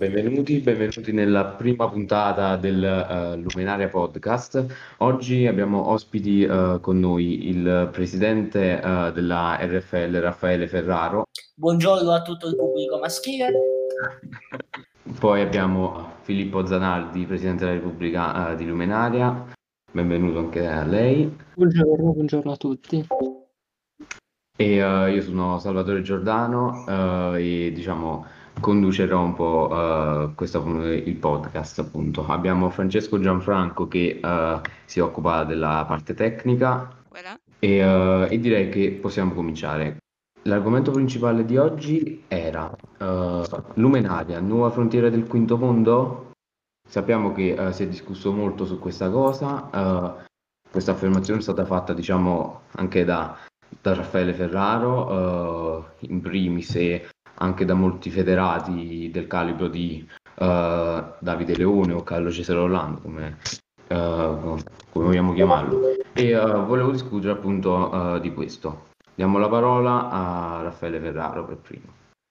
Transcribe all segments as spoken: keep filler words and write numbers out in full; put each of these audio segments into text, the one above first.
benvenuti, benvenuti nella prima puntata del eh, Luminaria Podcast. Oggi abbiamo ospiti eh, con noi il presidente eh, della R F L, Raffaele Ferraro. Buongiorno a tutto il pubblico maschile. Poi abbiamo Filippo Zanardi, presidente della Repubblica eh, di Luminaria. Benvenuto anche a lei. Buongiorno, buongiorno a tutti. E eh, io sono Salvatore Giordano eh, e diciamo conducerò un po' eh, questo, il podcast, appunto. Abbiamo Francesco Gianfranco che eh, si occupa della parte tecnica Voilà. e, eh, e direi che possiamo cominciare. L'argomento principale di oggi era eh, Luminaria, nuova frontiera del quinto mondo. Sappiamo che eh, si è discusso molto su questa cosa, eh, questa affermazione è stata fatta, diciamo, anche da da Raffaele Ferraro, eh, in primis, e anche da molti federati del calibro di eh, Davide Leone o Carlo Cesare Orlando, come, eh, come vogliamo chiamarlo. E eh, volevo discutere appunto eh, di questo. Diamo la parola a Raffaele Ferraro per primo.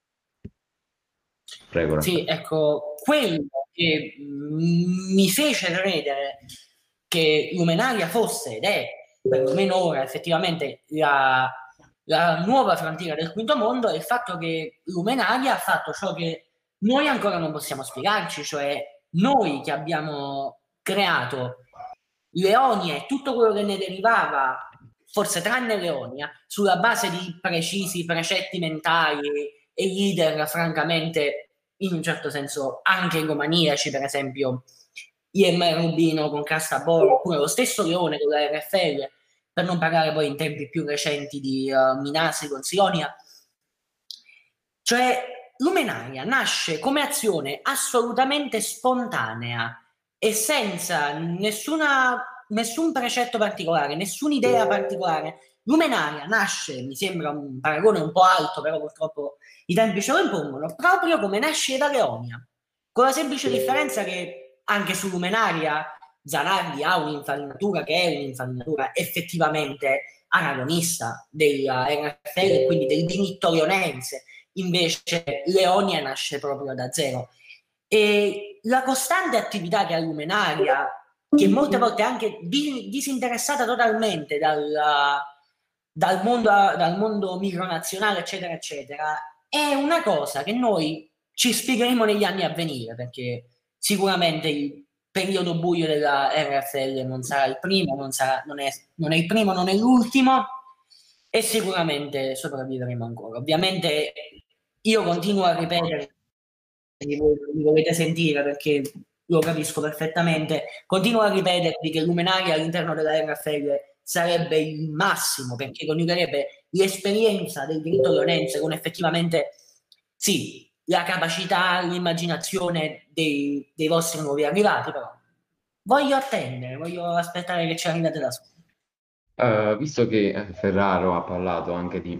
Prego, Raffaele. Sì, ecco, quello che mm, mi fece credere che Luminaria fosse ed è, perlomeno ora, effettivamente la, la nuova frontiera del quinto mondo è il fatto che Luminaria ha fatto ciò che noi ancora non possiamo spiegarci, cioè noi che abbiamo creato Leonia e tutto quello che ne derivava, forse tranne Leonia, sulla base di precisi precetti mentali e leader, francamente, in un certo senso anche egomaniaci, per esempio I M Rubino con Castaboro, oppure lo stesso Leone con la R F L, per non parlare poi in tempi più recenti di uh, Minasi con Sionia. Cioè, Luminaria nasce come azione assolutamente spontanea e senza nessuna, nessun precetto particolare, nessuna idea particolare. Luminaria nasce, mi sembra un paragone un po' alto, però purtroppo i tempi ce lo impongono, proprio come nasce da Leonia, con la semplice differenza che anche su Luminaria Zanardi ha un'infarinatura che è un'infarinatura effettivamente anagonista della R F L e quindi del diritto leonense. Invece Leonia nasce proprio da zero. E la costante attività che ha Luminaria, che molte volte è anche di, disinteressata totalmente dal, dal, mondo, dal mondo micronazionale, eccetera, eccetera, è una cosa che noi ci spiegheremo negli anni a venire, perché sicuramente il periodo buio della R F L non sarà il primo, non, sarà, non, è, non è il primo, non è l'ultimo, e sicuramente sopravviveremo ancora. Ovviamente io continuo a ripetere, voi mi volete sentire perché lo capisco perfettamente, continuo a ripetervi che Luminaria all'interno della R F L sarebbe il massimo, perché coniugherebbe l'esperienza del diritto leonense con effettivamente, sì, la capacità, l'immaginazione dei, dei vostri nuovi arrivati, però voglio attendere, voglio aspettare che ci arrivate da soli. Uh, visto che Ferraro ha parlato anche di,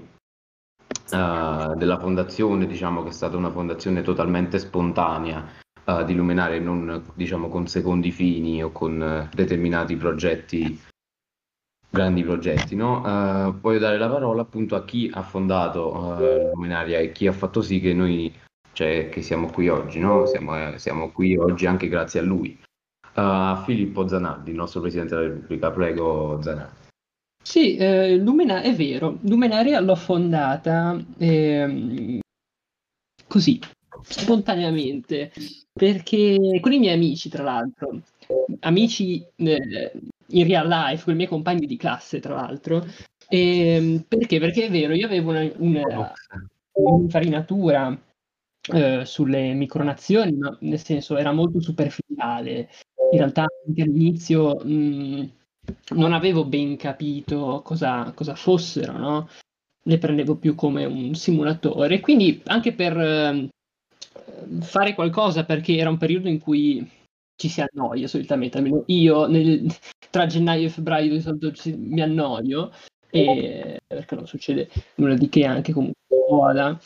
uh, della fondazione, diciamo che è stata una fondazione totalmente spontanea uh, di Luminaria, non diciamo con secondi fini o con uh, determinati progetti, grandi progetti, no? Uh, voglio dare la parola appunto a chi ha fondato uh, Luminaria e chi ha fatto sì che noi, cioè, che siamo qui oggi, no? Siamo, eh, siamo qui oggi anche grazie a lui. Uh, Filippo Zanardi, il nostro Presidente della Repubblica. Prego, Zanardi. Sì, eh, Lumina- è vero, Luminaria l'ho fondata ehm, così, spontaneamente, perché con i miei amici, tra l'altro, amici eh, in real life, con i miei compagni di classe, tra l'altro, ehm, perché? Perché è vero, io avevo una, una, un'infarinatura eh, sulle micronazioni, ma nel senso era molto superficiale. In realtà anche all'inizio mh, non avevo ben capito cosa, cosa fossero, no? Le prendevo più come un simulatore. Quindi anche per eh, fare qualcosa, perché era un periodo in cui ci si annoia solitamente, almeno io nel, tra gennaio e febbraio di solito ci, mi annoio, e, perché non succede nulla di che anche comunque a scuola.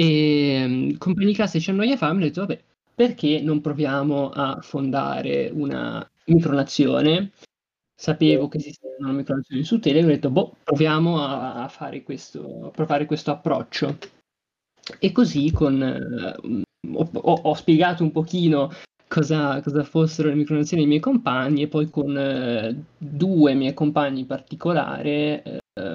E compagni di classe ci annoia fame, ho detto vabbè, perché non proviamo a fondare una micronazione? Sapevo che esisteva una micronazione su Telegram, ho detto boh, proviamo a, a fare questo, a provare questo approccio. E così con uh, ho, ho- ho spiegato un pochino cosa, cosa fossero le micronazioni ai miei compagni e poi con eh, due miei compagni in particolare, eh,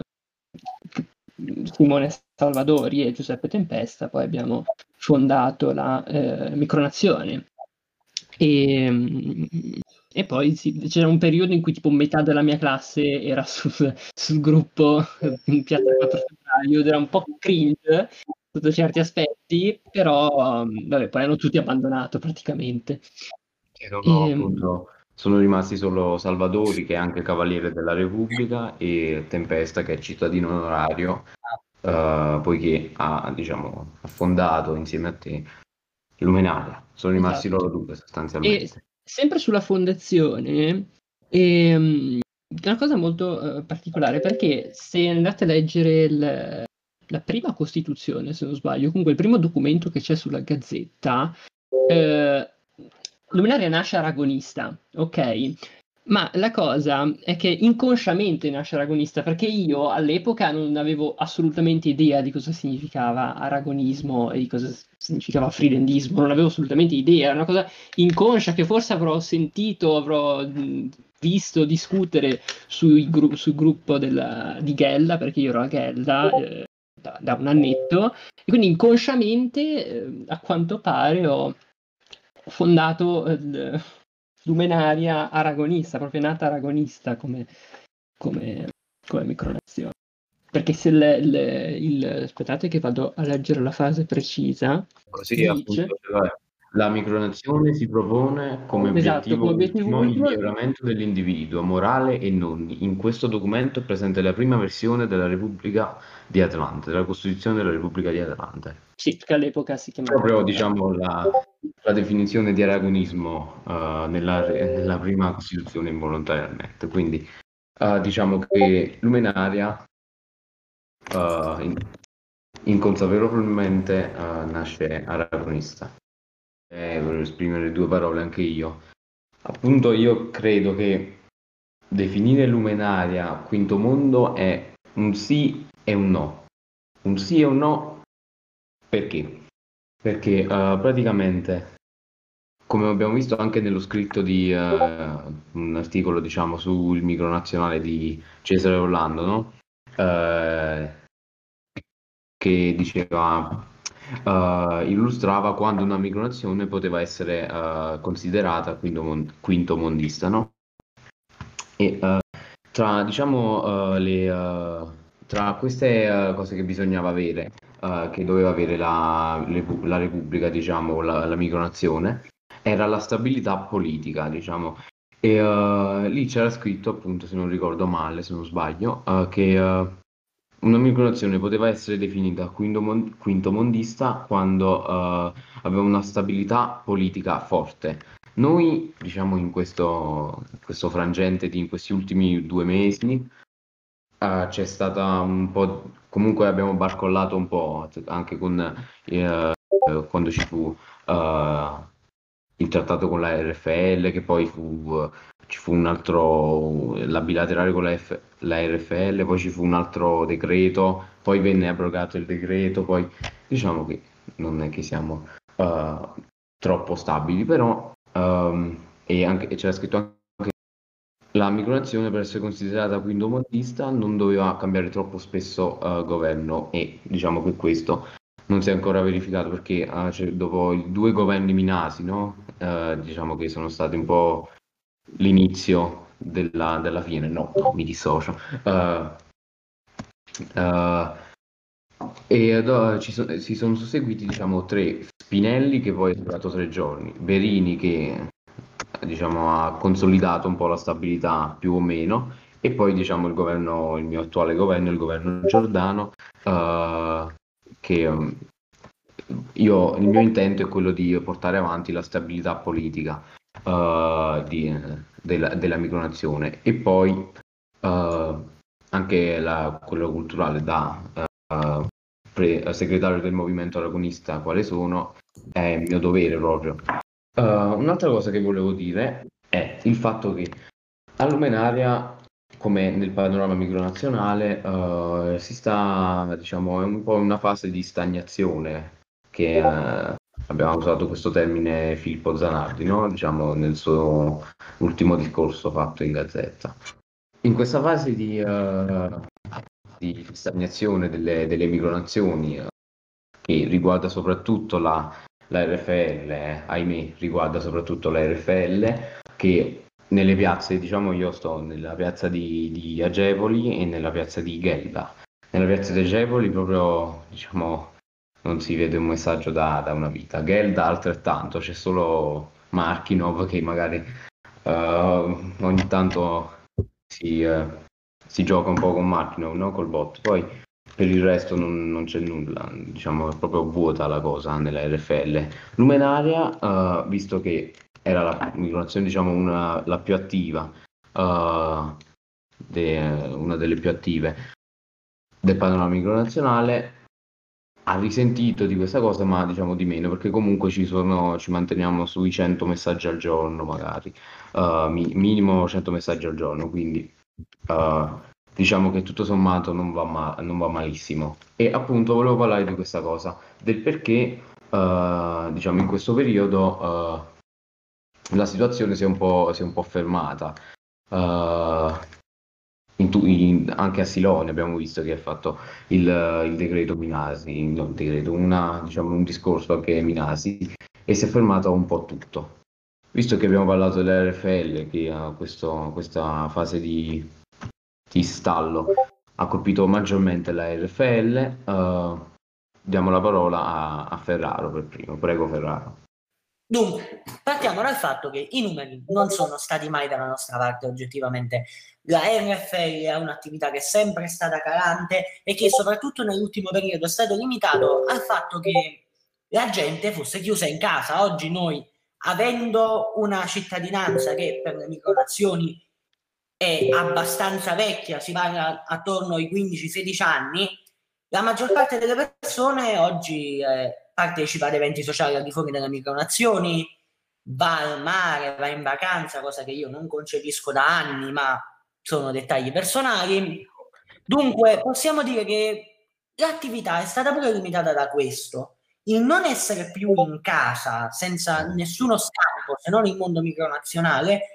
Simone Salvadori e Giuseppe Tempesta, poi abbiamo fondato la eh, micronazione. E, mm, e poi sì, c'era un periodo in cui tipo metà della mia classe era sul, sul gruppo in Piazza quattro Febbraio ed era un po' cringe sotto certi aspetti, però um, vabbè, poi hanno tutti abbandonato praticamente. Erano E, appunto, sono rimasti solo Salvadori, che è anche Cavaliere della Repubblica, e Tempesta, che è cittadino onorario, eh, poiché ha, diciamo, ha fondato insieme a te Lumenaria. Sono rimasti loro esatto. due E sostanzialmente. sempre sulla fondazione, ehm, è una cosa molto eh, particolare perché se andate a leggere il- la prima Costituzione, se non sbaglio, comunque il primo documento che c'è sulla Gazzetta, eh, Luminaria nasce aragonista, ok? Ma la cosa è che inconsciamente nasce aragonista perché io all'epoca non avevo assolutamente idea di cosa significava aragonismo e di cosa significava freelandismo, non avevo assolutamente idea, era una cosa inconscia che forse avrò sentito, avrò mh, visto discutere sui gru- sul gruppo della- di Ghella, perché io ero a Ghella eh, da, da un annetto, e quindi inconsciamente, eh, a quanto pare, ho fondato il Lumenaria aragonista, proprio nata aragonista come, come, come micronazione. Perché se il, il- il- aspettate che vado a leggere la frase precisa, Così dice, appunto, cioè, la micronazione si propone come esatto, obiettivo come obiettivo ultimo il ultimo, miglioramento dell'individuo, morale e non. In questo documento è presente la prima versione della Repubblica di Atlante, della Costituzione della Repubblica di Atlante. sì, che all'epoca si chiamava Proprio, così. diciamo, la, la definizione di aragonismo eh, nella, nella prima Costituzione involontariamente. Quindi eh, diciamo che Lumenaria eh, in- inconsapevolmente eh, nasce aragonista. Eh, voglio esprimere due parole anche io. Appunto, io credo che definire Lumenaria quinto mondo è un sì e un no. Un sì e un no perché? Perché eh, praticamente, come abbiamo visto anche nello scritto di eh, un articolo, diciamo, sul micronazionale di Cesare Orlando, no? Eh, che diceva, eh, illustrava quando una micronazione poteva essere eh, considerata quinto, mon- quinto mondista, no? E eh, tra, diciamo, eh, le, eh, tra queste eh, cose che bisognava avere, eh, che doveva avere la, le- la Repubblica, diciamo, la, la micronazione, era la stabilità politica, diciamo. E eh, lì c'era scritto, appunto, se non ricordo male, se non sbaglio, eh, che eh, una micronazione poteva essere definita quinto, mon- quinto mondista quando eh, aveva una stabilità politica forte. Noi, diciamo, in questo, in questo frangente di in questi ultimi due mesi, eh, c'è stata un po', comunque abbiamo barcollato un po', anche con eh, quando ci fu eh, il trattato con la R F L, che poi fu, ci fu un altro, la bilaterale con la, F- la R F L, poi ci fu un altro decreto, poi venne abrogato il decreto, poi diciamo che non è che siamo eh, troppo stabili, però ehm, e, anche, e c'era scritto anche la micronazione per essere considerata quinto mondista non doveva cambiare troppo spesso eh, governo e diciamo che questo non si è ancora verificato perché eh, cioè, dopo i due governi Minasi, no? Eh, diciamo che sono stati un po' l'inizio della, della fine, no, mi dissocio. Eh, eh, e do- ci so- si sono susseguiti, diciamo, tre Spinelli che poi è durato tre giorni, Verini che diciamo, ha consolidato un po' la stabilità più o meno e poi diciamo il governo, il mio attuale governo, il governo Giordano, eh, che ehm, io, il mio intento è quello di portare avanti la stabilità politica eh, di- della, della micronazione e poi eh, anche la- quello culturale da eh, pre- segretario del movimento aragonista quale sono, è mio dovere proprio. Eh, un'altra cosa che volevo dire è il fatto che a Lumenaria, come nel panorama micronazionale, eh, si sta, diciamo, è un po' in una fase di stagnazione che eh, abbiamo usato questo termine Filippo Zanardi, no? Diciamo nel suo ultimo discorso fatto in Gazzetta. In questa fase di, eh, di stagnazione delle, delle micronazioni, eh, che riguarda soprattutto la, la R F L, eh, ahimè, riguarda soprattutto la R F L, che nelle piazze, diciamo io sto nella piazza di, di Agevoli e nella piazza di Ghelda. Nella piazza di Agevoli proprio, diciamo, non si vede un messaggio da, da una vita. Ghelda altrettanto, c'è solo Markinov che magari eh, ogni tanto si, eh, si gioca un po' con Markinov, no? Col bot. Poi per il resto non, non c'è nulla, diciamo, è proprio vuota la cosa nella R F L. Lumenaria, eh, visto che era la micronazione, diciamo, una, la più attiva, eh, de- una delle più attive del panorama micronazionale, ha risentito di questa cosa, ma diciamo di meno, perché comunque ci sono, ci manteniamo sui cento messaggi al giorno, magari, uh, mi- minimo cento messaggi al giorno, quindi uh, diciamo che tutto sommato non va, ma- non va malissimo. E appunto volevo parlare di questa cosa, del perché, uh, diciamo, in questo periodo uh, la situazione si è un po', si è un po' fermata. Uh, in tu- in- anche a Silone abbiamo visto che ha fatto il, il decreto Minasi, no, il decreto, una, diciamo, un discorso anche Minasi, e si è fermato un po' tutto. Visto che abbiamo parlato dell'R F L, che ha questo- questa fase di, di stallo ha colpito maggiormente la R F L, eh, diamo la parola a, a Ferraro per primo. Prego Ferraro. Dunque, partiamo dal fatto che i numeri non sono stati mai dalla nostra parte oggettivamente. La R F L è un'attività che è sempre stata calante e che soprattutto nell'ultimo periodo è stato limitato al fatto che la gente fosse chiusa in casa. Oggi noi, avendo una cittadinanza che per le micronazioni è abbastanza vecchia, si parla attorno ai quindici sedici anni, la maggior parte delle persone oggi eh, partecipa ad eventi sociali al di fuori delle micronazioni, va al mare, va in vacanza, cosa che io non concepisco da anni, ma sono dettagli personali. Dunque, possiamo dire che l'attività è stata pure limitata da questo. Il non essere più in casa, senza nessuno scampo, se non il mondo micronazionale,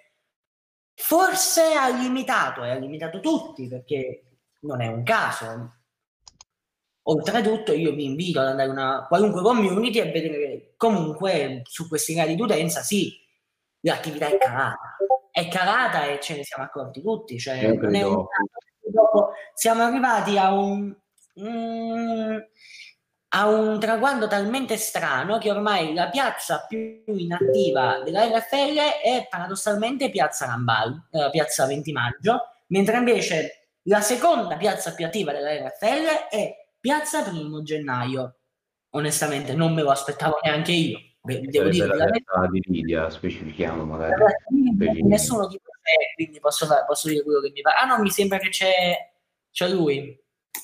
forse ha limitato, e ha limitato tutti, perché non è un caso. Oltretutto io vi invito ad andare in una qualunque community e vedere che comunque su questi gradi d'utenza sì, l'attività è calata. È calata e ce ne siamo accorti tutti, cioè Io non è un credo, caso che dopo siamo arrivati a un, mm, a un traguardo talmente strano che ormai la piazza più inattiva della R F L è paradossalmente Piazza Rambal, eh, Piazza venti Maggio, mentre invece la seconda piazza più attiva della R F L è Piazza Primo Gennaio. Onestamente non me lo aspettavo neanche io, Beh, che devo sarebbe dirvi la la verità. realtà di Lidia, specifichiamo magari. Per i- Nessuno di voi c'è, quindi posso, fare- posso dire quello che mi pare. Ah no, mi sembra che c'è, c'è lui.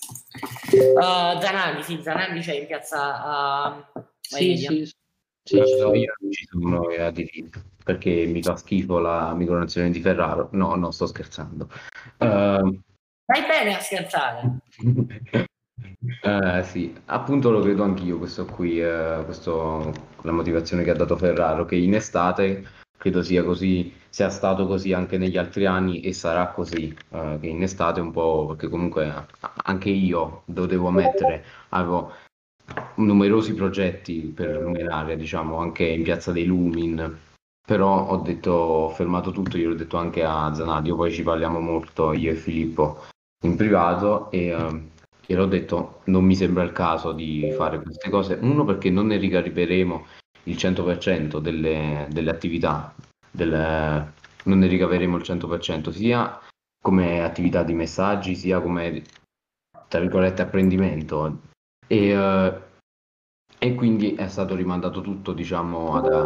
Uh, Zanardi, sì, Zanardi c'è in piazza uh, Sì, Emilia. sì, sì, No, ci no, sono. io non ci sono a diritto perché mi fa schifo la micronazione di Ferraro. No, no, sto scherzando. Ehm, Vai bene a scherzare. eh, sì, appunto lo credo anch'io questo qui, eh, questo, la motivazione che ha dato Ferraro, che in estate credo sia così, sia stato così anche negli altri anni e sarà così, eh, che in estate un po', perché comunque a- anche io, lo devo ammettere, avevo numerosi progetti per Luminaria, diciamo, anche in Piazza dei Lumin, però ho detto, ho fermato tutto, io l'ho detto anche a Zanadio, poi ci parliamo molto io e Filippo in privato e ehm, gliel'ho detto, non mi sembra il caso di fare queste cose, uno perché non ne ricaveremo il cento per cento delle, delle attività, delle- non ne ricaveremo il cento per cento sia come attività di messaggi, sia come, tra virgolette, apprendimento. E, eh, e quindi è stato rimandato tutto, diciamo, ad,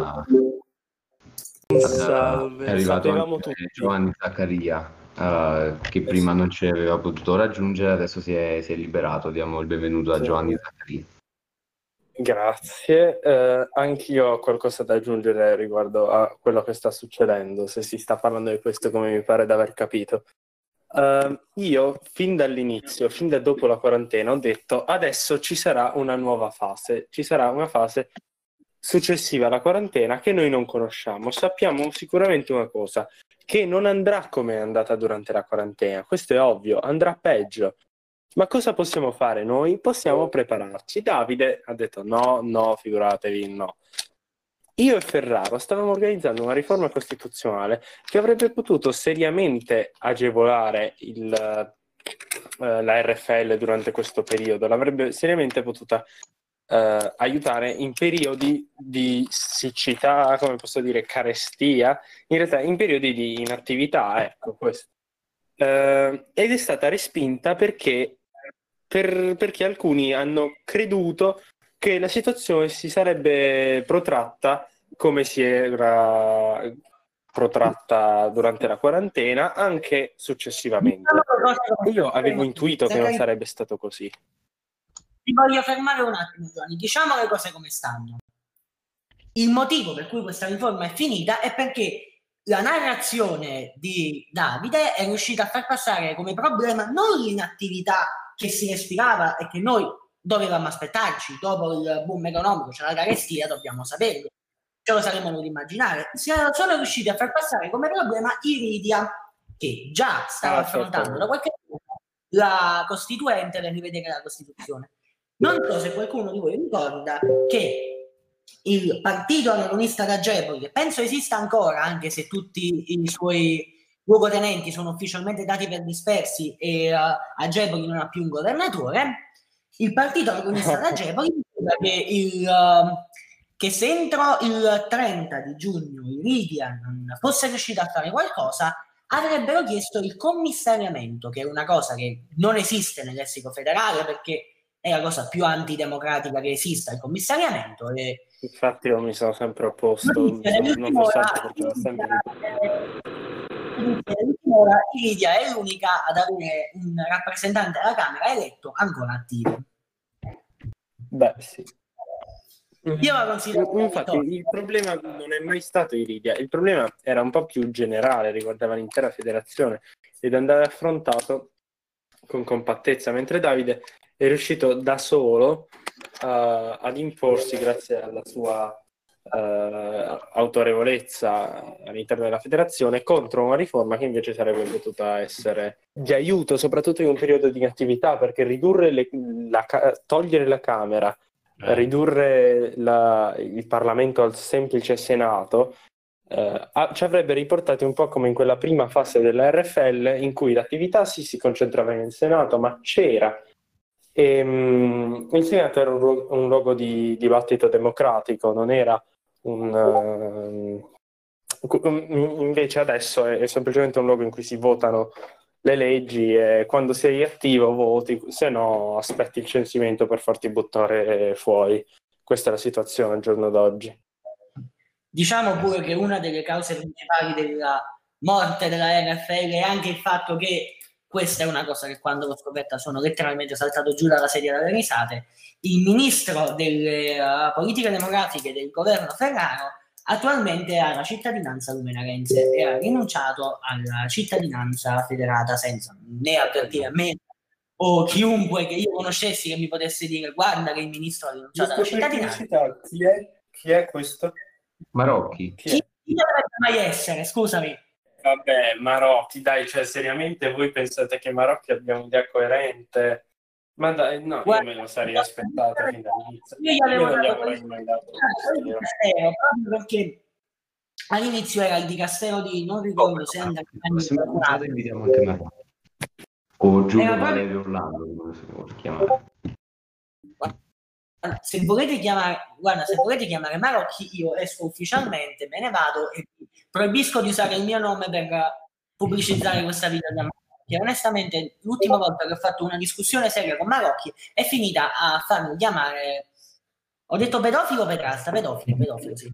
ad- è Salve, arrivato anche sapevamo tutti. Giovanni Zaccaria, eh, che prima non ci aveva potuto raggiungere, adesso si è, si è liberato. Diamo il benvenuto a Sì. Giovanni Zaccaria. Grazie. Eh, anch'io ho qualcosa da aggiungere riguardo a quello che sta succedendo, se si sta parlando di questo come mi pare di aver capito. Eh, io fin dall'inizio, fin da dopo la quarantena, ho detto adesso ci sarà una nuova fase, ci sarà una fase successiva alla quarantena che noi non conosciamo. Sappiamo sicuramente una cosa, che non andrà come è andata durante la quarantena, questo è ovvio, andrà peggio. Ma cosa possiamo fare noi? Possiamo prepararci. Davide ha detto no, no, figuratevi, no. Io e Ferraro stavamo organizzando una riforma costituzionale che avrebbe potuto seriamente agevolare il, eh, la R F L durante questo periodo, l'avrebbe seriamente potuta eh, aiutare in periodi di siccità, come posso dire, carestia, in realtà in periodi di inattività, ecco questo. Eh, ed è stata respinta perché, per, perché alcuni hanno creduto che la situazione si sarebbe protratta come si era protratta durante la quarantena, anche successivamente. Io avevo intuito che non sarebbe stato così. Ti voglio fermare un attimo, Giovanni. Diciamo le cose come stanno. Il motivo per cui questa riforma è finita è perché la narrazione di Davide è riuscita a far passare come problema non l'inattività che si respirava e che noi dovevamo aspettarci dopo il boom economico, cioè la carestia, dobbiamo saperlo, ce lo saremmo dovuti immaginare. Sono riusciti a far passare come problema Iridia, che già stava ah, affrontando da qualche tempo la Costituente per rivedere la Costituzione. Non so se qualcuno di voi ricorda che il partito agonista da Gepoli, che penso esista ancora, anche se tutti i suoi luogotenenti sono ufficialmente dati per dispersi e uh, a Gepoli non ha più un governatore, il partito agonista da Gepoli che, il, uh, che se entro il trenta di giugno Iridia non fosse riuscita a fare qualcosa, avrebbero chiesto il commissariamento, che è una cosa che non esiste nel lessico federale perché è la cosa più antidemocratica che esista, il commissariamento. E... Infatti io mi sono sempre opposto, non so perché l'ho sempre nell'ultima ora Iridia è l'unica ad avere un rappresentante alla Camera eletto ancora attivo. Beh, sì. Io la considero Infatti il problema non è mai stato Iridia, il problema era un po' più generale, riguardava l'intera federazione ed andava affrontato con compattezza, mentre Davide è riuscito da solo uh, ad imporsi grazie alla sua uh, autorevolezza all'interno della federazione contro una riforma che invece sarebbe potuta essere di aiuto, soprattutto in un periodo di inattività, perché ridurre le, la, togliere la Camera, eh. ridurre la, il Parlamento al semplice Senato, eh, ci avrebbe riportati un po' come in quella prima fase della R F L in cui l'attività sì, si concentrava nel Senato, ma c'era. E, um, il Senato era un, ru- un luogo di dibattito democratico, non era un... Uh, invece adesso è, è semplicemente un luogo in cui si votano le leggi e quando sei attivo voti, se no aspetti il censimento per farti buttare fuori. Questa è la situazione al giorno d'oggi. Diciamo pure che una delle cause principali della morte della R F L è anche il fatto che, questa è una cosa che quando l'ho scoperta sono letteralmente saltato giù dalla sedia dalle risate, il ministro delle uh, politiche demografiche del governo Ferraro attualmente ha la cittadinanza lumenarense e ha rinunciato alla cittadinanza federata senza né avvertire a me o chiunque che io conoscessi che mi potesse dire guarda che il ministro ha rinunciato alla cittadinanza. Chi è, chi è questo? Marocchi. Chi, chi dovrebbe mai essere? Scusami. Vabbè, Marocchi, dai, cioè seriamente voi pensate che Marocchi abbia un'idea coerente? Ma dai, no, io me lo sarei aspettato fin dall'inizio. Io gli avevo non gli dato avrei mai dato proprio perché all'inizio era il dicastero di non ricordo se andare se invitiamo anche Marocchi o Giulio Valerio Orlando, come si può chiamare. Se volete chiamare, guarda, se volete chiamare Marocchi, io esco ufficialmente, me ne vado e proibisco di usare il mio nome per pubblicizzare questa video da Marocchi. Onestamente, l'ultima volta che ho fatto una discussione seria con Marocchi è finita a farmi chiamare. Ho detto pedofilo, pedrasta, pedofilo, pedofilo, sì.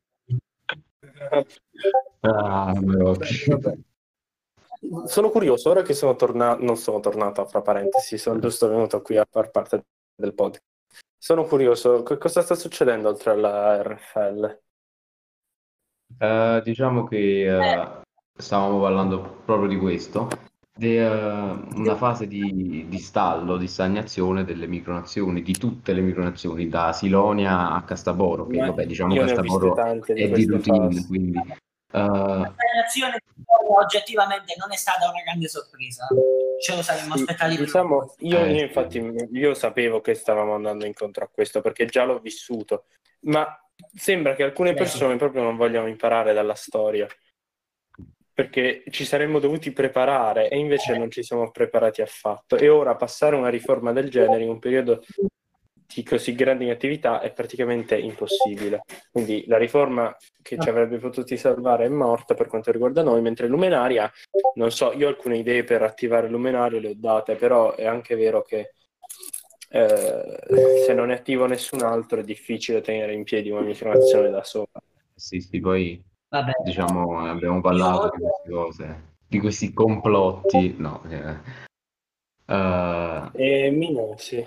Ah, Marocchi. Sono curioso, ora che sono tornato, non sono tornato, fra parentesi, sono giusto venuto qui a far parte del podcast. Sono curioso, che cosa sta succedendo oltre alla R F L? Uh, diciamo che uh, stavamo parlando proprio di questo, de- eh, una fase di, di stallo, di stagnazione delle micronazioni, di tutte le micronazioni, da Silonia a Castaboro, che Ma vabbè, diciamo io ne ho viste Castaboro tante di è di queste routine, fasi. quindi eh, La stagnazione oggettivamente non è stata una grande sorpresa, ce lo saremmo Sì, aspettati prima. diciamo, io, eh, io sì. infatti io sapevo che stavamo andando incontro a questo perché già l'ho vissuto, ma sembra che alcune Beh, sì. persone proprio non vogliano imparare dalla storia, perché ci saremmo dovuti preparare e invece non ci siamo preparati affatto. E ora passare una riforma del genere in un periodo di così grandi attività è praticamente impossibile. Quindi la riforma che ci avrebbe potuti salvare è morta per quanto riguarda noi, mentre Lumenaria, non so, io ho alcune idee per attivare Lumenaria, le ho date, però è anche vero che eh, se non è attivo nessun altro è difficile tenere in piedi una micronazione da sola. Sì, sì, poi Vabbè, diciamo abbiamo io parlato di odio, queste cose, di questi complotti, no, eh, eh, E Mino, sì.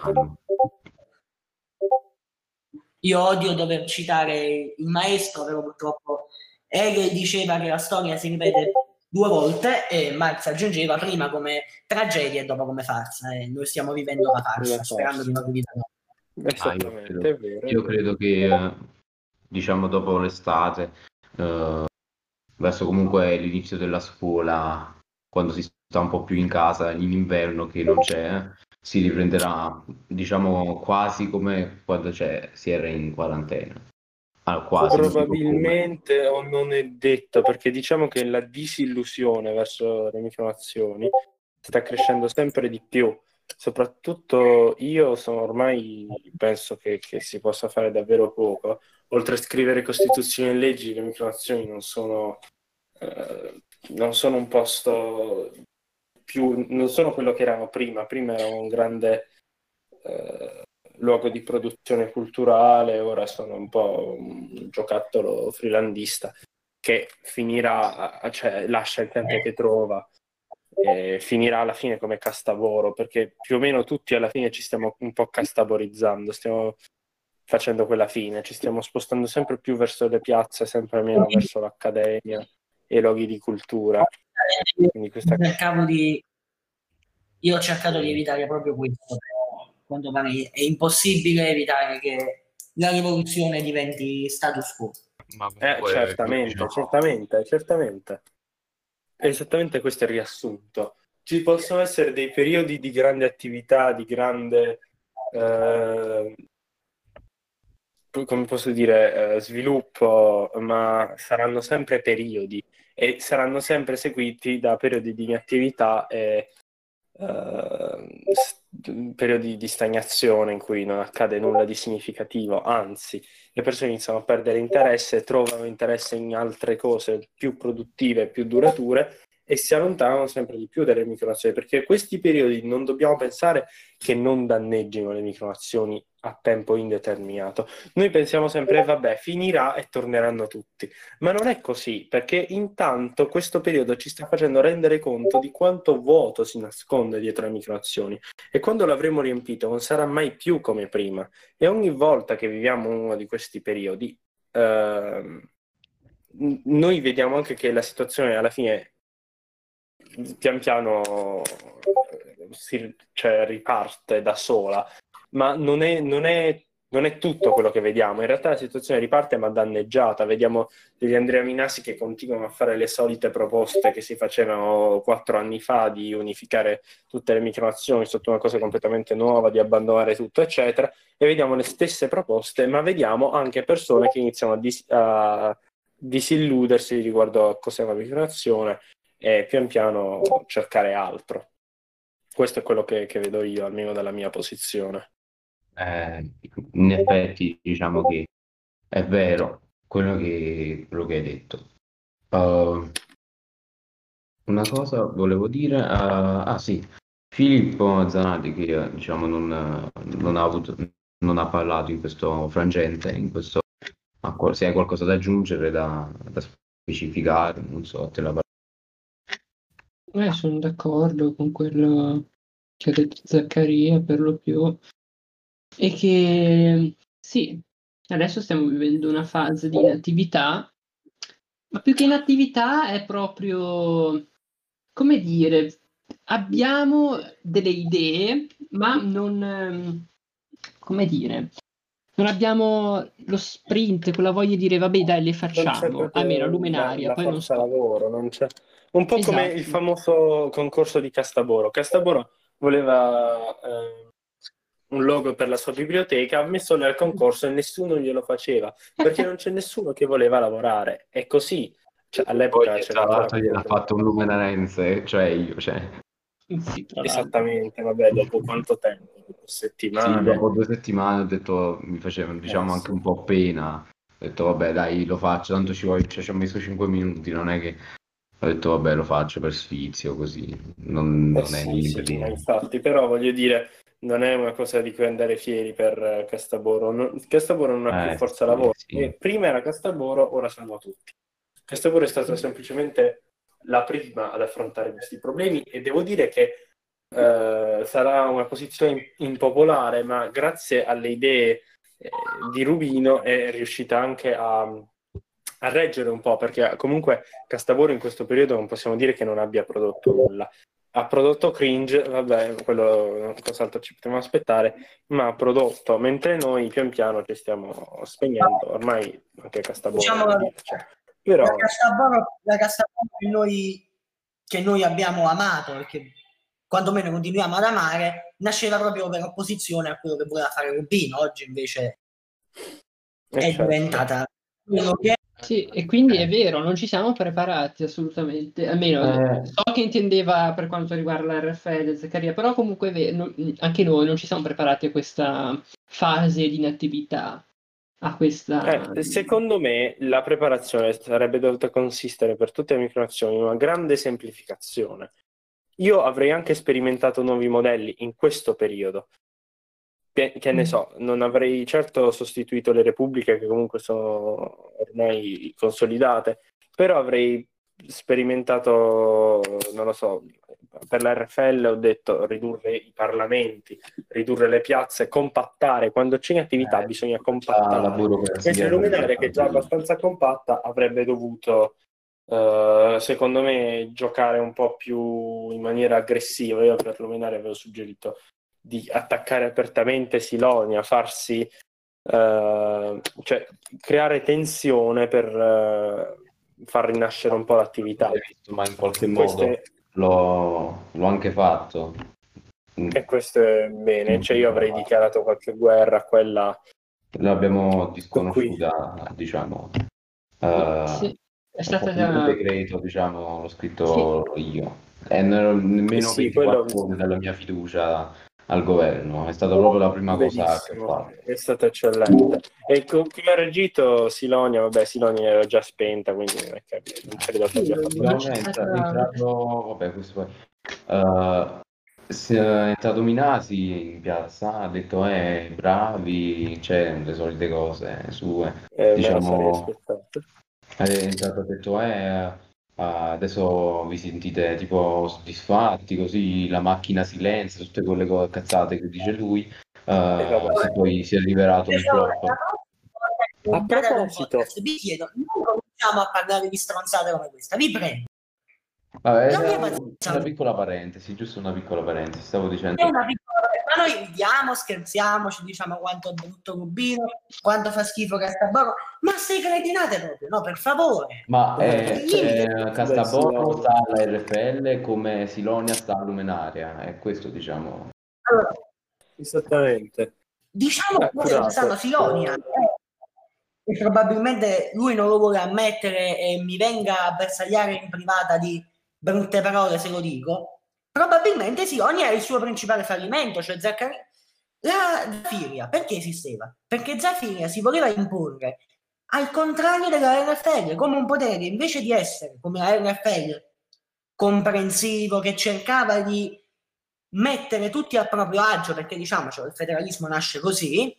io odio dover citare il maestro, però purtroppo Hegel diceva che la storia si ripete due volte e Marx aggiungeva prima come tragedia e dopo come farsa, e noi stiamo vivendo la farsa, La sperando di farsa. non riviverla. ah, io Esattamente, credo, è vero, è io vero. credo che eh, diciamo dopo l'estate, eh, verso comunque l'inizio della scuola, quando si sta un po' più in casa in inverno che non c'è, si riprenderà, diciamo, quasi come quando c'è, si era in quarantena. Ah, quasi, non dico come. Probabilmente o non è detto, perché diciamo che la disillusione verso le micronazioni sta crescendo sempre di più. Soprattutto io sono ormai penso che, che si possa fare davvero poco. Oltre a scrivere costituzioni e leggi, le micronazioni non sono, eh, non sono un posto più, non sono quello che erano prima. Prima era un grande eh, luogo di produzione culturale, ora sono un po' un giocattolo freelandista che finirà, cioè lascia il tempo che trova e finirà alla fine come castavoro, perché più o meno tutti alla fine ci stiamo un po' castaborizzando, stiamo facendo quella fine, ci stiamo spostando sempre più verso le piazze, sempre meno verso l'accademia e i luoghi di cultura. Quindi questa Cercavo di, io ho cercato di evitare proprio questo, però a quanto pare è impossibile evitare che la rivoluzione diventi status quo. Ma Eh, comunque, certamente, diciamo, certamente, certamente. Esattamente questo è il riassunto. Ci possono essere dei periodi di grande attività, di grande, eh, come posso dire, eh, sviluppo, ma saranno sempre periodi e saranno sempre seguiti da periodi di inattività e eh, s- periodi di stagnazione in cui non accade nulla di significativo, anzi, le persone iniziano a perdere interesse, trovano interesse in altre cose più produttive, più durature e si allontanano sempre di più dalle micronazioni, perché questi periodi non dobbiamo pensare che non danneggino le micronazioni a tempo indeterminato. Noi pensiamo sempre, vabbè, finirà e torneranno tutti. Ma non è così, perché intanto questo periodo ci sta facendo rendere conto di quanto vuoto si nasconde dietro le microazioni e quando l'avremo riempito non sarà mai più come prima. E ogni volta che viviamo uno di questi periodi, ehm, n- noi vediamo anche che la situazione alla fine pian piano eh, si, cioè, riparte da sola, ma non è, non è, non è tutto quello che vediamo. In realtà la situazione riparte ma danneggiata. Vediamo degli Andrea Minasi che continuano a fare le solite proposte che si facevano quattro anni fa di unificare tutte le micronazioni sotto una cosa completamente nuova, di abbandonare tutto, eccetera. E vediamo le stesse proposte, ma vediamo anche persone che iniziano a, dis- a disilludersi riguardo a cos'è una micronazione e pian piano cercare altro. Questo è quello che, che vedo io, almeno dalla mia posizione. eh, in effetti, diciamo che è vero quello che, quello che hai detto. Uh, una cosa volevo dire, uh, ah sì, Filippo Zanardi che eh, diciamo non, eh, non ha avuto, non ha parlato in questo frangente, in questo, ma qual- se hai qualcosa da aggiungere, da, da specificare, non so, te la parlo. Eh, sono d'accordo con quello che ha detto Zaccaria per lo più. E che sì, adesso stiamo vivendo una fase di inattività, ma più che inattività è proprio, come dire, abbiamo delle idee, ma non, ehm, come dire, non abbiamo lo sprint, quella voglia di dire vabbè dai le Non c'è facciamo, almeno a proprio la, Lumenaria, la poi non forza so. lavoro, non c'è. Un po' come il Esatto. famoso concorso di Castaboro. Castaboro voleva eh, un logo per la sua biblioteca, ha messo nel concorso e nessuno glielo faceva, perché non c'è nessuno che voleva lavorare. È così. Cioè, all'epoca Poi c'era tra ancora l'altro gliel'ha questo. fatto un lumenarense, cioè io, cioè. Sì, tra l'altro. Esattamente, vabbè, dopo quanto tempo? Sì, Settimane? dopo due settimane ho detto, mi faceva diciamo Eh, anche sì. un po' pena. Ho detto vabbè dai lo faccio, tanto ci voglio, cioè, ci ho messo cinque minuti, non è che ho detto vabbè lo faccio per sfizio così, non, Eh non è sì, niente sì, di... ma infatti, però voglio dire, non è una cosa di cui andare fieri per eh, Castaboro. Non- Castaboro non ha più Eh forza sì, lavoro. sì. E prima era Castaboro, ora siamo tutti. Castaboro è stata semplicemente la prima ad affrontare questi problemi e devo dire che eh, sarà una posizione impopolare, ma grazie alle idee eh, di Rubino è riuscita anche a, a reggere un po', perché comunque Castaboro in questo periodo non possiamo dire che non abbia prodotto nulla. Ha prodotto cringe, vabbè, quello cos'altro ci potremmo aspettare, ma ha prodotto, mentre noi pian piano ci stiamo spegnendo, ormai anche Castaboro, Diciamo voglio la, dire, cioè. la Però Castaboro, la Castaboro che noi, che noi abbiamo amato, perché quantomeno continuiamo ad amare, nasceva proprio per opposizione a quello che voleva fare Rubino. Oggi invece eh, è certo. diventata quello che è. Sì, e quindi è vero, non ci siamo preparati assolutamente, almeno Eh, so che intendeva per quanto riguarda la R F L Zaccaria, però comunque è vero, non- anche noi non ci siamo preparati a questa fase di inattività, a questa... Eh, secondo me la preparazione sarebbe dovuta consistere per tutte le micronazioni in una grande semplificazione. Io avrei anche sperimentato nuovi modelli in questo periodo. Che, che ne so, non avrei certo sostituito le repubbliche che comunque sono ormai consolidate, però avrei sperimentato, non lo so, per la R F L ho detto ridurre i parlamenti, ridurre le piazze, compattare. Quando c'è in attività eh, bisogna già la compattare. burocrazia Mentre sarebbe Luminaria, che è già stata- abbastanza compatta, avrebbe dovuto, eh, secondo me, giocare un po' più in maniera aggressiva. Io per Luminaria avevo suggerito di attaccare apertamente Silonia, farsi, eh, cioè creare tensione per eh, far rinascere un po' l'attività. l'hai visto, ma in qualche E questo modo è, l'ho l'ho anche fatto. Mm. e questo è bene, cioè io avrei dichiarato qualche guerra a quella L'abbiamo con cui disconosciuta, diciamo. No, Eh, sì, è ho stata fatto un già... decreto, diciamo, l'ho Sì, scritto io. E non ero eh nemmeno sì, quello ventiquattro ore dalla mia fiducia al governo. È stata proprio la prima cosa che ho benissimo, fatto. è stato eccellente. E con come ha reagito Silonia? Vabbè, Silonia era già spenta, quindi non, è che, non credo che sì, abbia non, fatto non tanto. c'è Sicuramente è entra- è stata... entrato, vabbè, questo poi, eh, si- è entrato Minasi in piazza, ha detto, eh, bravi, c'è le solite cose sue, Eh, me lo sarei diciamo, aspettato. è entrato e ha detto, eh, ah, adesso vi sentite tipo soddisfatti, così la macchina silenzia, tutte quelle co- cazzate che dice lui, E vabbè. eh, se poi si è rivelato un flop. A proposito, Vi chiedo, non cominciamo a parlare di stronzate come questa, vi prego. Vabbè, La mia era una pazienza piccola parentesi, giusto una piccola parentesi, stavo è dicendo. una piccola, ma noi ridiamo, scherziamo, ci diciamo quanto è brutto Rubino, quanto fa schifo Castaboro, ma sei cretinate proprio, no, per favore. Ma eh, eh, Limite. eh, beh, sì, Castaboro no. sta alla R F L come Silonia sta a Lumenaria, e questo diciamo. Allora, Esattamente. diciamo cose che stanno a Accurato. Silonia, eh, e probabilmente lui non lo vuole ammettere e mi venga a bersagliare in privata di brutte parole se lo dico. Probabilmente Silonia è il suo principale fallimento, cioè Zaccaria. La Zafiria perché esisteva? Perché Zafiria si voleva imporre al contrario della R F L come un potere che invece di essere come la R F L comprensivo, che cercava di mettere tutti a proprio agio, perché diciamocelo, il federalismo nasce così.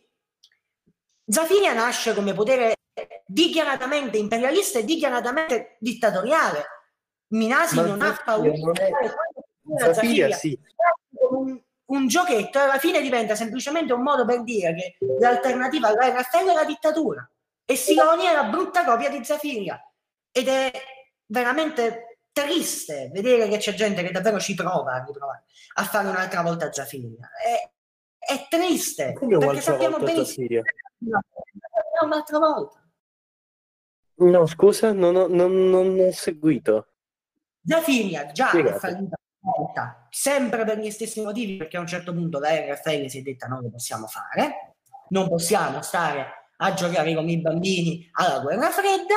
Zafiria nasce come potere dichiaratamente imperialista e dichiaratamente dittatoriale. Minasi Ma non ha Zafiria paura di non è... fare Zafiria sì. un, un giochetto e alla fine diventa semplicemente un modo per dire che l'alternativa alla R F L è la dittatura e Silonia è la brutta copia di Zafiria ed è veramente triste vedere che c'è gente che davvero ci prova a riprovare a fare un'altra volta Zafiria. È, è triste, Come perché un'altra sappiamo volta benissimo Zafiria? che un'altra volta. No, scusa, non ho, non, non ho seguito. Zafiria già è Spiegate. fallita una volta, sempre per gli stessi motivi, perché a un certo punto la R F L si è detta non lo possiamo fare, non possiamo stare a giocare con i bambini alla guerra fredda,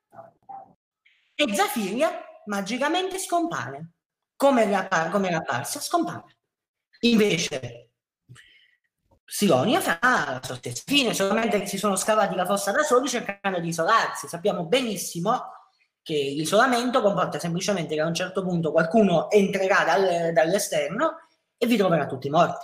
e Zafiria magicamente scompare, come era, come era apparsa, scompare. Invece Silonia fa la sua stessa fine, solamente che si sono scavati la fossa da soli cercando di isolarsi. Sappiamo benissimo che l'isolamento comporta semplicemente che a un certo punto qualcuno entrerà dal, dall'esterno e vi troverà tutti morti.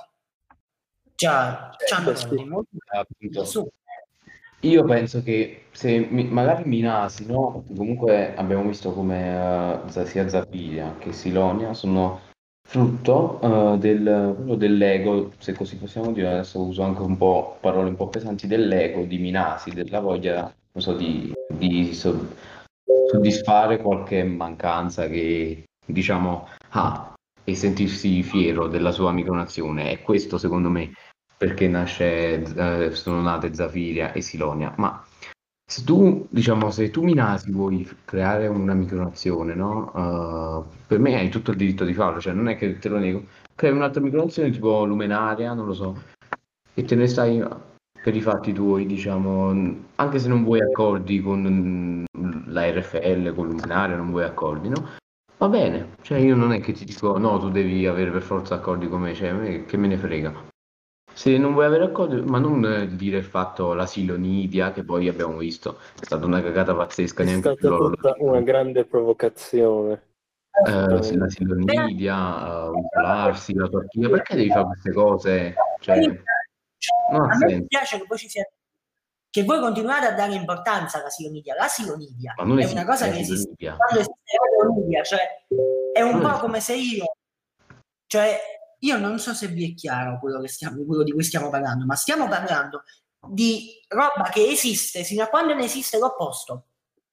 Già, già Eh, sì. Appunto. Io penso che se mi- magari Minasi, no? Comunque abbiamo visto come eh, sia Zafiria che Silonia sono frutto eh, del, proprio dell'ego, se così possiamo dire, adesso uso anche un po' parole un po' pesanti, dell'ego di Minasi, della voglia, non so, di, di so- soddisfare qualche mancanza che diciamo ha e sentirsi fiero della sua micronazione. E questo secondo me perché nasce, eh, sono nate Zafiria e Silonia. Ma se tu, diciamo, se tu Minasi vuoi creare una micronazione, no? Eh, per me hai tutto il diritto di farlo, cioè non è che te lo nego. Crei un'altra micronazione tipo Lumenaria, non lo so, e te ne stai per i fatti tuoi, diciamo, anche se non vuoi accordi con la R F L, con Lumenaria, non vuoi accordi, no? Va bene, cioè io non è che ti dico no, tu devi avere per forza accordi con me, cioè a me che me ne frega. Se non vuoi avere accordi, ma non eh, dire il fatto la Silonidia, che poi abbiamo visto, è stata una cagata pazzesca, È neanche stata loro lo tutta una dicono. grande provocazione. Eh, sì, la Silonidia, uh, isolarsi, la Turchia, perché devi fare queste cose? Cioè, non ha A me senso. piace che voi ci siate, che voi continuate a dare importanza alla Silonidia. La Silonidia Ma non è esiste una cosa la che esiste Silonidia. quando esiste la Silonidia, cioè è un Non po' esiste. come se io, cioè io non so se vi è chiaro quello, che stiamo, quello di cui stiamo parlando, ma stiamo parlando di roba che esiste sino a quando ne esiste l'opposto.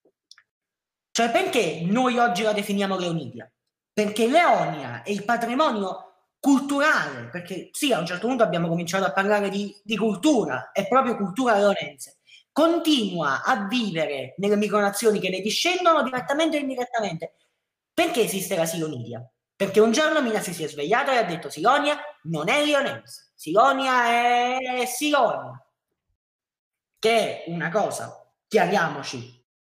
Cioè, perché noi oggi la definiamo Leonidia? Perché Leonia è il patrimonio culturale, perché sì, a un certo punto abbiamo cominciato a parlare di, di cultura, è proprio cultura leonense. Continua a vivere nelle micronazioni che ne discendono direttamente o indirettamente. Perché esiste la Silonidia? Perché un giorno Minasi si è svegliato e ha detto Silonia non è leonense, Silonia è Silonia, che è una cosa, chiariamoci,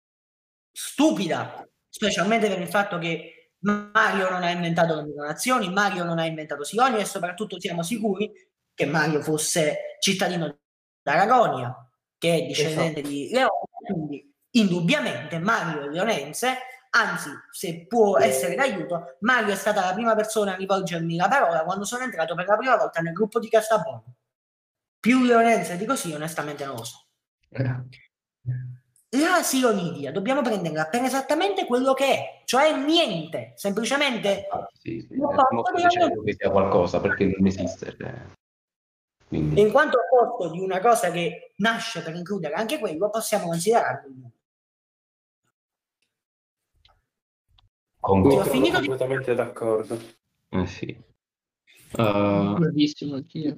stupida, specialmente per il fatto che Mario non ha inventato le micronazioni, Mario non ha inventato Silonia e soprattutto siamo sicuri che Mario fosse cittadino d'Aragonia, che è discendente Esatto. di Leone, quindi indubbiamente Mario è leonense, anzi, se può essere d'aiuto, Mario è stata la prima persona a rivolgermi la parola quando sono entrato per la prima volta nel gruppo di Castelbuono. Più leonense di così, onestamente non lo so. La Silonidia dobbiamo prenderla per esattamente quello che è, cioè niente, semplicemente Ah, sì, sì. un Eh, posto non sto di dicendo che sia qualcosa perché non esiste. Cioè. Quindi, in quanto opposto di una cosa che nasce per includere anche quello, possiamo considerarlo il mondo. concordo. Ho finito di... completamente d'accordo. Eh sì. Uh, Bravissimo anch'io.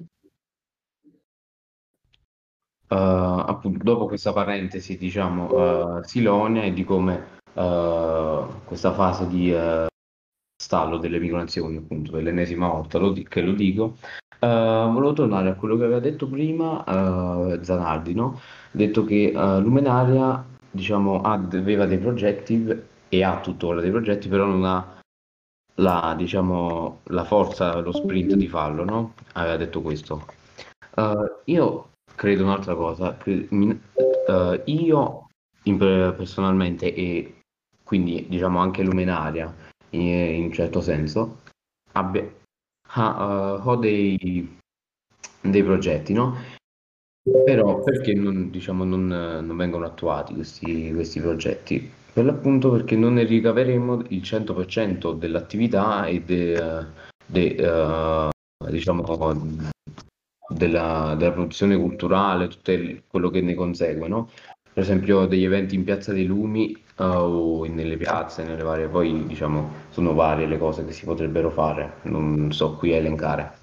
uh, appunto, dopo questa parentesi, diciamo, uh, Silonia e di come uh, questa fase di uh, stallo delle micronazioni, appunto, per l'ennesima volta lo di- che lo dico, uh, volevo tornare a quello che aveva detto prima uh, Zanardi, no? Ha detto che uh, Lumenaria, diciamo, ha- aveva dei progetti e ha tuttora dei progetti, però non ha la, diciamo, la forza, lo sprint di farlo, no? Aveva detto questo. Uh, io credo un'altra cosa, che mi- uh, io in- personalmente e quindi diciamo anche Lumenaria in, in un certo senso abbia- ha- uh, ho dei, dei progetti, no? Però perché non, diciamo, non, non vengono attuati questi, questi progetti? Per l'appunto perché non ne ricaveremo il cento per cento dell'attività e de- de- eh, diciamo, della, della produzione culturale, tutto il- quello che ne consegue, no? Per esempio degli eventi in Piazza dei Lumi uh, o nelle piazze, nelle varie, poi diciamo sono varie le cose che si potrebbero fare, non so qui a elencare.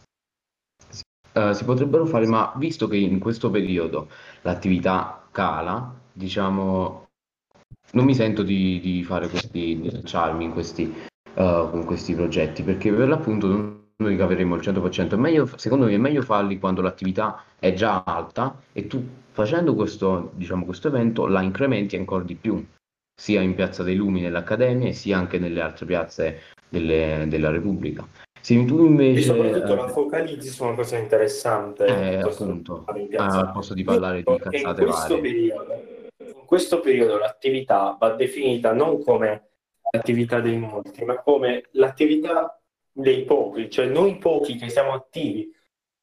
Uh, si potrebbero fare, ma visto che in questo periodo l'attività cala, diciamo, non mi sento di, di fare questi, di lanciarmi in questi, uh, con questi progetti, perché per l'appunto non non ricaveremo il cento per cento. È meglio, secondo me è meglio farli quando l'attività è già alta e tu facendo questo, diciamo, questo evento la incrementi ancora di più, sia in Piazza dei Lumi nell'Accademia e sia anche nelle altre piazze delle- della Repubblica. Se tu E invece, soprattutto la eh, focalizzi su una cosa interessante eh, piuttosto che appunto, fare in eh, piazza. al posto di Io parlare di dico che in cazzate questo varie, periodo, in questo periodo l'attività va definita non come l'attività dei molti, ma come l'attività dei pochi, cioè noi pochi che siamo attivi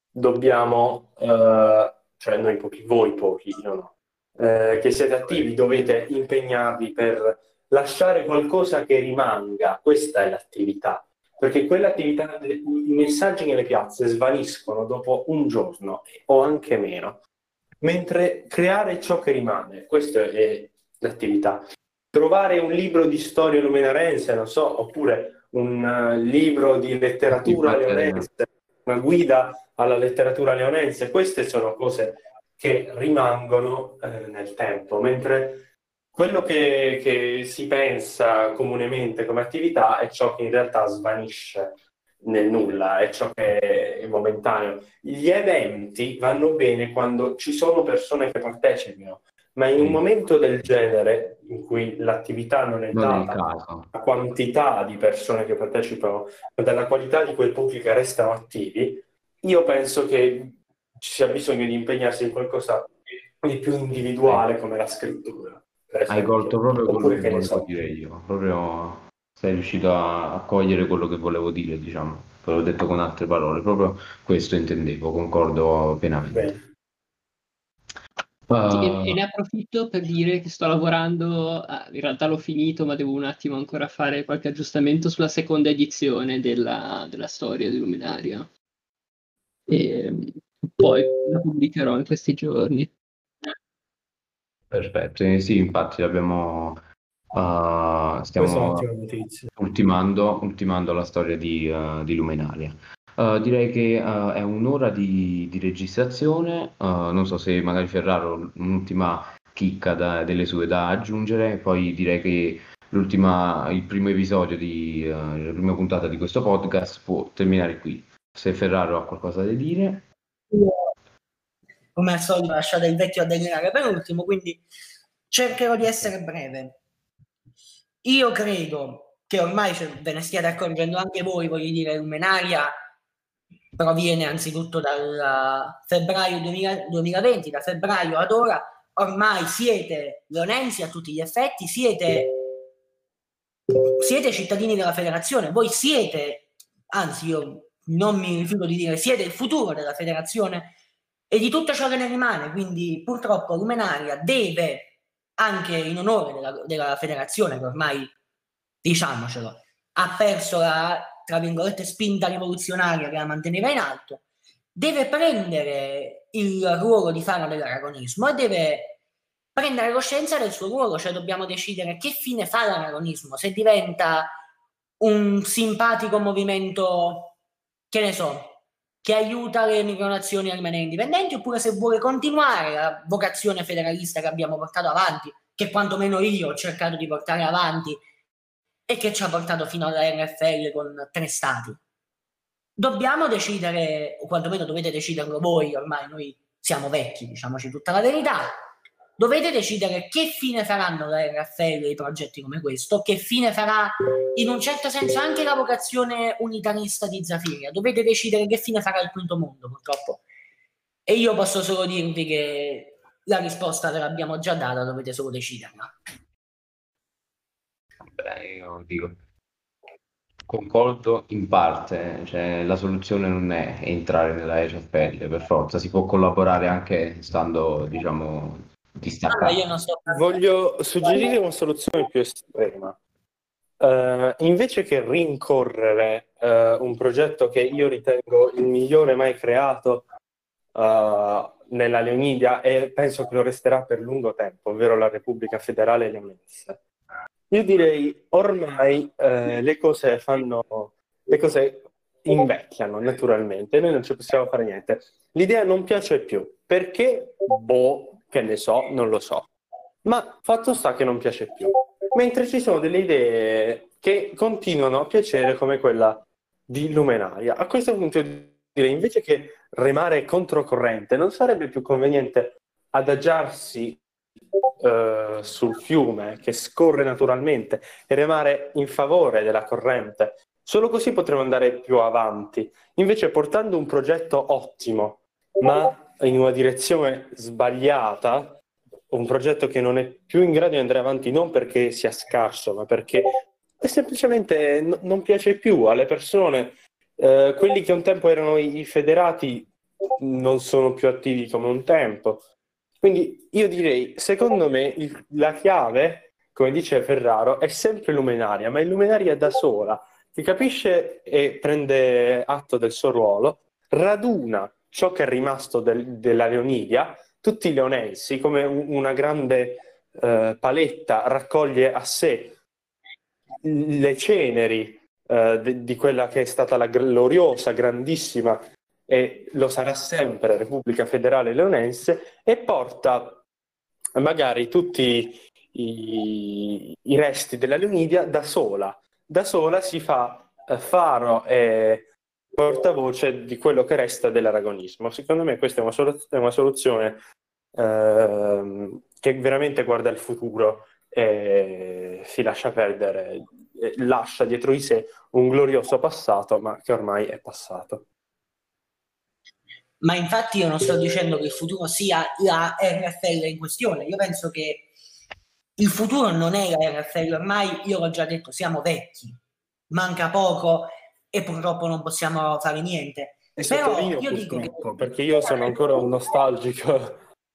dobbiamo, eh, cioè noi pochi, voi pochi, io no, eh, che siete attivi dovete impegnarvi per lasciare qualcosa che rimanga, questa è l'attività, perché quell'attività, i messaggi nelle piazze svaniscono dopo un giorno o anche meno, mentre creare ciò che rimane, questa è l'attività. Trovare un libro di storia luminarense, non so, oppure un uh, libro di di letteratura qualche, leonense, una guida alla letteratura leonense, queste sono cose che rimangono eh, nel tempo, mentre quello che, che si pensa comunemente come attività è ciò che in realtà svanisce nel nulla, è ciò che è momentaneo. Gli eventi vanno bene quando ci sono persone che partecipino, ma in un sì, momento del genere, in cui l'attività non è non è il data caso. la quantità di persone che partecipano, ma dalla qualità di quei pochi che restano attivi, io penso che ci sia bisogno di impegnarsi in qualcosa di più Sì. individuale come la scrittura, per Hai colto esempio. proprio quello Oppure che che ne volevo so. dire io, proprio sei riuscito a, a cogliere quello che volevo dire, diciamo, ve l'ho detto con altre parole, proprio questo intendevo, concordo pienamente. Bene. Sì, e, Uh, e ne approfitto per dire che sto lavorando, ah, in realtà l'ho finito, ma devo un attimo ancora fare qualche aggiustamento sulla seconda edizione della, della storia di Luminaria. E poi la pubblicherò in questi giorni. Perfetto, eh, sì, infatti abbiamo, uh, Questa è stiamo un'ottima notizia. ultimando, ultimando la storia di, uh, di Luminaria. Uh, direi che uh, è un'ora di, di registrazione, uh, non so se magari Ferraro un'ultima chicca da- delle sue da aggiungere, poi direi che l'ultima, il primo episodio di, uh, la prima puntata di questo podcast può terminare qui. Se Ferraro ha qualcosa da dire. Come al solito, lasciate il vecchio a delineare per ultimo, quindi cercherò di essere breve. Io credo che ormai ve ne stiate accorgendo anche voi, voglio dire, Luminaria proviene anzitutto dal febbraio duemilaventi, da febbraio ad ora ormai siete leonensi a tutti gli effetti, siete, siete cittadini della federazione, voi siete, anzi io non mi rifiuto di dire, siete il futuro della federazione e di tutto ciò che ne rimane, quindi purtroppo Luminaria deve, anche in onore della, della federazione che ormai, diciamocelo, ha perso la, tra virgolette, spinta rivoluzionaria che la manteneva in alto, deve prendere il ruolo di faro dell'aragonismo e deve prendere coscienza del suo ruolo, cioè dobbiamo decidere che fine fa l'aragonismo, se diventa un simpatico movimento, che ne so, che aiuta le micronazioni a rimanere indipendenti, oppure se vuole continuare la vocazione federalista che abbiamo portato avanti, che quantomeno io ho cercato di portare avanti e che ci ha portato fino alla R F L con tre stati. Dobbiamo decidere, o quantomeno dovete deciderlo voi, ormai noi siamo vecchi, diciamoci tutta la verità, dovete decidere che fine faranno la R F L e i progetti come questo, che fine farà in un certo senso anche la vocazione unitarista di Zafiria, dovete decidere che fine farà il quinto mondo, purtroppo. E io posso solo dirvi che la risposta ve l'abbiamo già data, dovete solo deciderla. Beh, io dico, concordo in parte, cioè la soluzione non è entrare nella R F L per forza, si può collaborare anche stando, diciamo, Allora, io distaccati. non so. Voglio suggerire una soluzione più estrema. Uh, invece che rincorrere uh, un progetto che io ritengo il migliore mai creato uh, nella Leonidia e penso che lo resterà per lungo tempo, ovvero la Repubblica Federale Leonense, Io direi ormai eh, le cose fanno, le cose invecchiano naturalmente, noi non ci possiamo fare niente. L'idea non piace più, perché? Boh, che ne so, non lo so. Ma fatto sta che non piace più. Mentre ci sono delle idee che continuano a piacere come quella di Lumenaria. A questo punto io direi, invece che remare controcorrente, non sarebbe più conveniente adagiarsi eh, sul fiume che scorre naturalmente e remare in favore della corrente? Solo così potremo andare più avanti. Invece, portando un progetto ottimo, ma in una direzione sbagliata, un progetto che non è più in grado di andare avanti non perché sia scarso, ma perché semplicemente n- non piace più alle persone. Eh, quelli che un tempo erano i i federati non sono più attivi come un tempo. Quindi io direi, secondo me, il- la chiave, come dice Ferraro, è sempre Lumenaria, ma è Lumenaria da sola, che capisce e prende atto del suo ruolo, raduna ciò che è rimasto del- della Leonidia, tutti i leonensi, come un- una grande eh, paletta, raccoglie a sé le ceneri eh, di, di quella che è stata la gloriosa, grandissima e lo sarà sempre Repubblica Federale Leonense, e porta magari tutti i, i resti della Leonidia da sola. Da sola si fa eh, faro e portavoce di quello che resta dell'aragonismo. Secondo me questa è una, solu- è una soluzione ehm, che veramente guarda il futuro e si lascia perdere, eh, lascia dietro di sé un glorioso passato, ma che ormai è passato. Ma infatti io non sto dicendo che il futuro sia la R F L in questione, io penso che il futuro non è la R F L, ormai io l'ho già detto, siamo vecchi, manca poco e purtroppo non possiamo fare niente. E Però sottolineo io dico che... purtroppo, perché io sono ancora un nostalgico.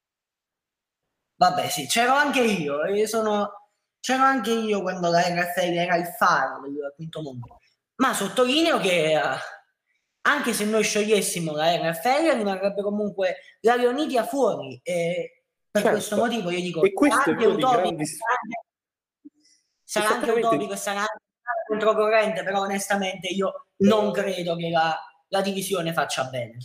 Vabbè, sì, c'ero anche io, io sono... c'ero anche io quando la R F L era il faro del quinto mondo. Ma sottolineo che eh, anche se noi sciogliessimo la R F L rimarrebbe comunque la Leonidia fuori, e per Certo. questo motivo io dico, E questo sarà è anche uno dei utopico, grandi... sarà anche, sarà anche Esattamente. utopico e sarà anche controcorrente, però onestamente io non credo che la, la divisione faccia bene.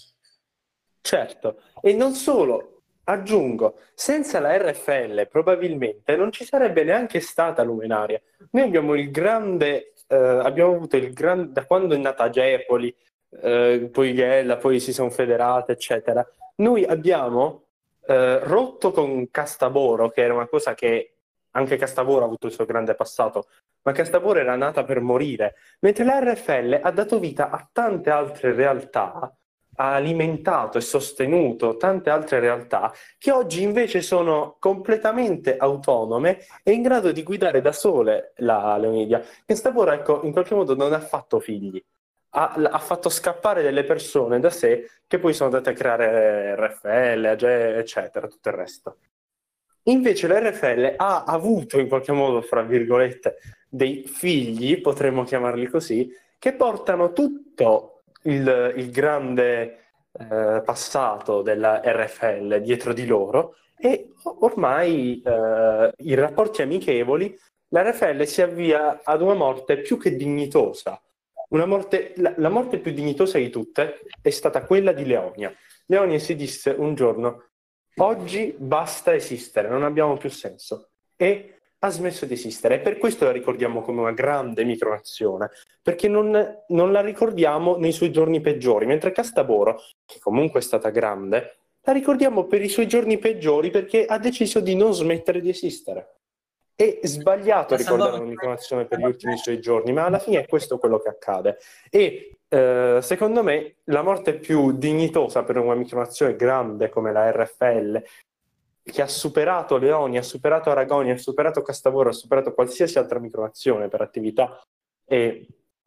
Certo, e non solo, aggiungo, senza la R F L probabilmente non ci sarebbe neanche stata Lumenaria. Noi abbiamo il grande, eh, abbiamo avuto il grande, da quando è nata Agepoli, eh, poi Ghella, poi si sono federate, eccetera. Noi abbiamo eh, rotto con Castaboro, che era una cosa che anche Castaboro ha avuto il suo grande passato, ma Castaboro era nata per morire, mentre la R F L ha dato vita a tante altre realtà, ha alimentato e sostenuto tante altre realtà che oggi invece sono completamente autonome e in grado di guidare da sole la Leonidia. Castaboro, ecco, in qualche modo non ha fatto figli, ha, ha fatto scappare delle persone da sé che poi sono andate a creare R F L, A G E, eccetera, tutto il resto. Invece l'R F L ha avuto in qualche modo, fra virgolette, dei figli, potremmo chiamarli così, che portano tutto il, il grande eh, passato della R F L dietro di loro, e ormai eh, in rapporti amichevoli la R F L si avvia ad una morte più che dignitosa. Una morte, la, la morte più dignitosa di tutte è stata quella di Leonia. Leonia si disse un giorno: oggi basta esistere, non abbiamo più senso. E ha smesso di esistere. E per questo la ricordiamo come una grande micronazione, perché non, non la ricordiamo nei suoi giorni peggiori, mentre Castaboro, che comunque è stata grande, la ricordiamo per i suoi giorni peggiori perché ha deciso di non smettere di esistere. È sbagliato ricordare una micronazione per gli ultimi suoi giorni, ma alla fine è questo quello che accade. E eh, secondo me la morte più dignitosa per una micronazione grande come la R F L, che ha superato Leoni, ha superato Aragoni, ha superato Castaboro, ha superato qualsiasi altra micronazione per attività e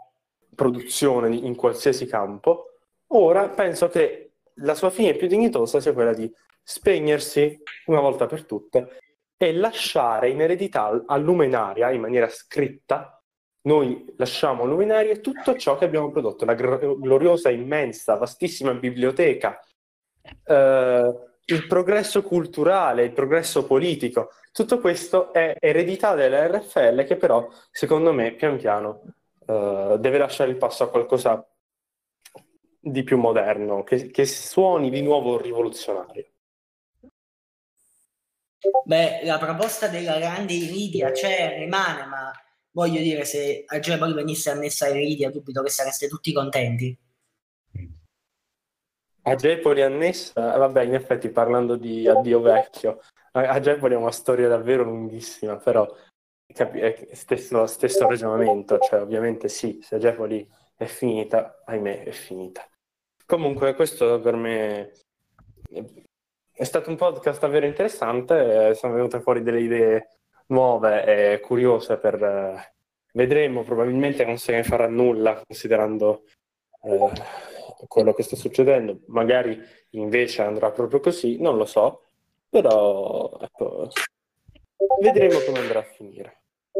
produzione in qualsiasi campo, ora penso che la sua fine più dignitosa sia quella di spegnersi una volta per tutte e lasciare in eredità a Lumenaria, in maniera scritta, noi lasciamo a Lumenaria tutto ciò che abbiamo prodotto, la gloriosa, immensa, vastissima biblioteca, eh, il progresso culturale, il progresso politico, tutto questo è eredità della R F L che però, secondo me, pian piano uh, deve lasciare il passo a qualcosa di più moderno, che, che suoni di nuovo rivoluzionario. Beh, la proposta della grande Iridia c'è, rimane, ma voglio dire, se Agevoli venisse annessa a Iridia, dubito che sareste tutti contenti. Agevoli annessa, vabbè, in effetti parlando di Addio Vecchio, Agevoli è una storia davvero lunghissima, però capi- è stesso, stesso ragionamento, cioè ovviamente sì, se Agevoli è finita, ahimè, è finita. Comunque questo per me è stato un podcast davvero interessante, sono venute fuori delle idee nuove e curiose per... Eh, vedremo, probabilmente non se ne farà nulla considerando eh, quello che sta succedendo, magari invece andrà proprio così, non lo so, però ecco, vedremo come andrà a finire.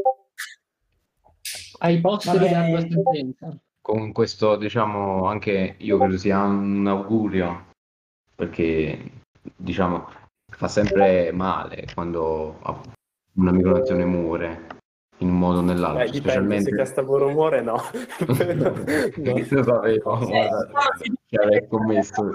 Ai posteri della sentenza. Con questo, diciamo, anche io credo sia un augurio, perché, diciamo, fa sempre male quando una micronazione muore in un modo o nell'altro. Eh, dipende, specialmente se Castaboro muore no. No. Lo sapevo, che avrei commesso.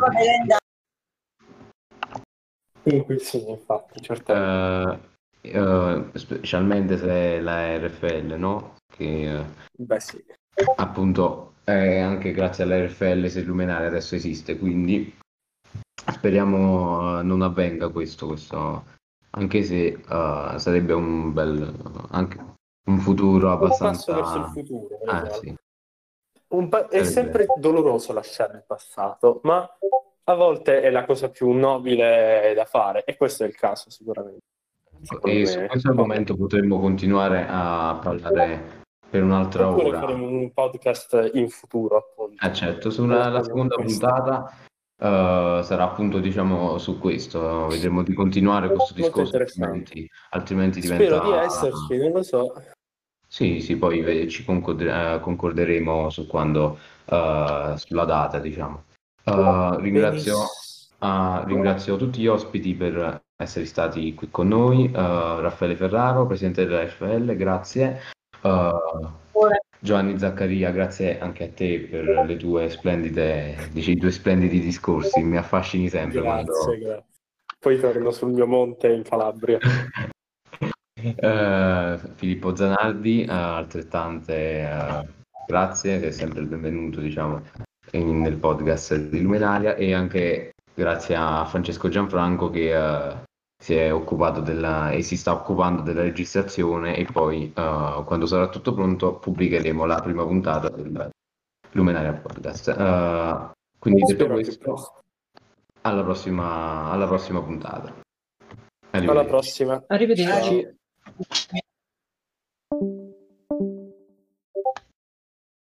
Comunque sì, infatti, certamente. Uh, uh, specialmente se è la R F L, no? Che uh, Beh sì. appunto è anche grazie alla R F L se Luminare adesso esiste, quindi speriamo uh, non avvenga questo, questo anche se uh, sarebbe un bel anche un futuro abbastanza un passo verso il futuro, ah, esatto. sì. Un pa- è sempre doloroso lasciare il passato, ma a volte è la cosa più nobile da fare, e questo è il caso sicuramente. E su questo argomento potremmo continuare a parlare per un'altra Oppure ora. faremo un podcast in futuro, appunto. Ah, certo, sulla la seconda puntata uh, sarà appunto, diciamo, su questo. Vedremo di continuare questo discorso, altrimenti, altrimenti diventa... Spero di esserci, non lo so. Sì, sì, poi ve- ci concorde- concorderemo su quando, uh, sulla data, diciamo. Uh, ringrazio, uh, ringrazio tutti gli ospiti per essere stati qui con noi. Uh, Raffaele Ferraro, presidente della R F L, grazie. Uh, Giovanni Zaccaria, grazie anche a te per le tue splendide, dici, i tuoi splendidi discorsi, mi affascini sempre. Grazie, quando... grazie. Poi torno sul mio monte in Calabria. Uh, Filippo Zanardi, uh, altrettante uh, grazie, che è sempre il benvenuto, diciamo, in, nel podcast di Luminaria, e anche grazie a Francesco Gianfranco che uh, si è occupato della e si sta occupando della registrazione, e poi uh, quando sarà tutto pronto pubblicheremo la prima puntata del Luminaria Podcast. Uh, quindi detto Spero questo, alla prossima, alla prossima puntata. Alla prossima. Arrivederci. Ciao.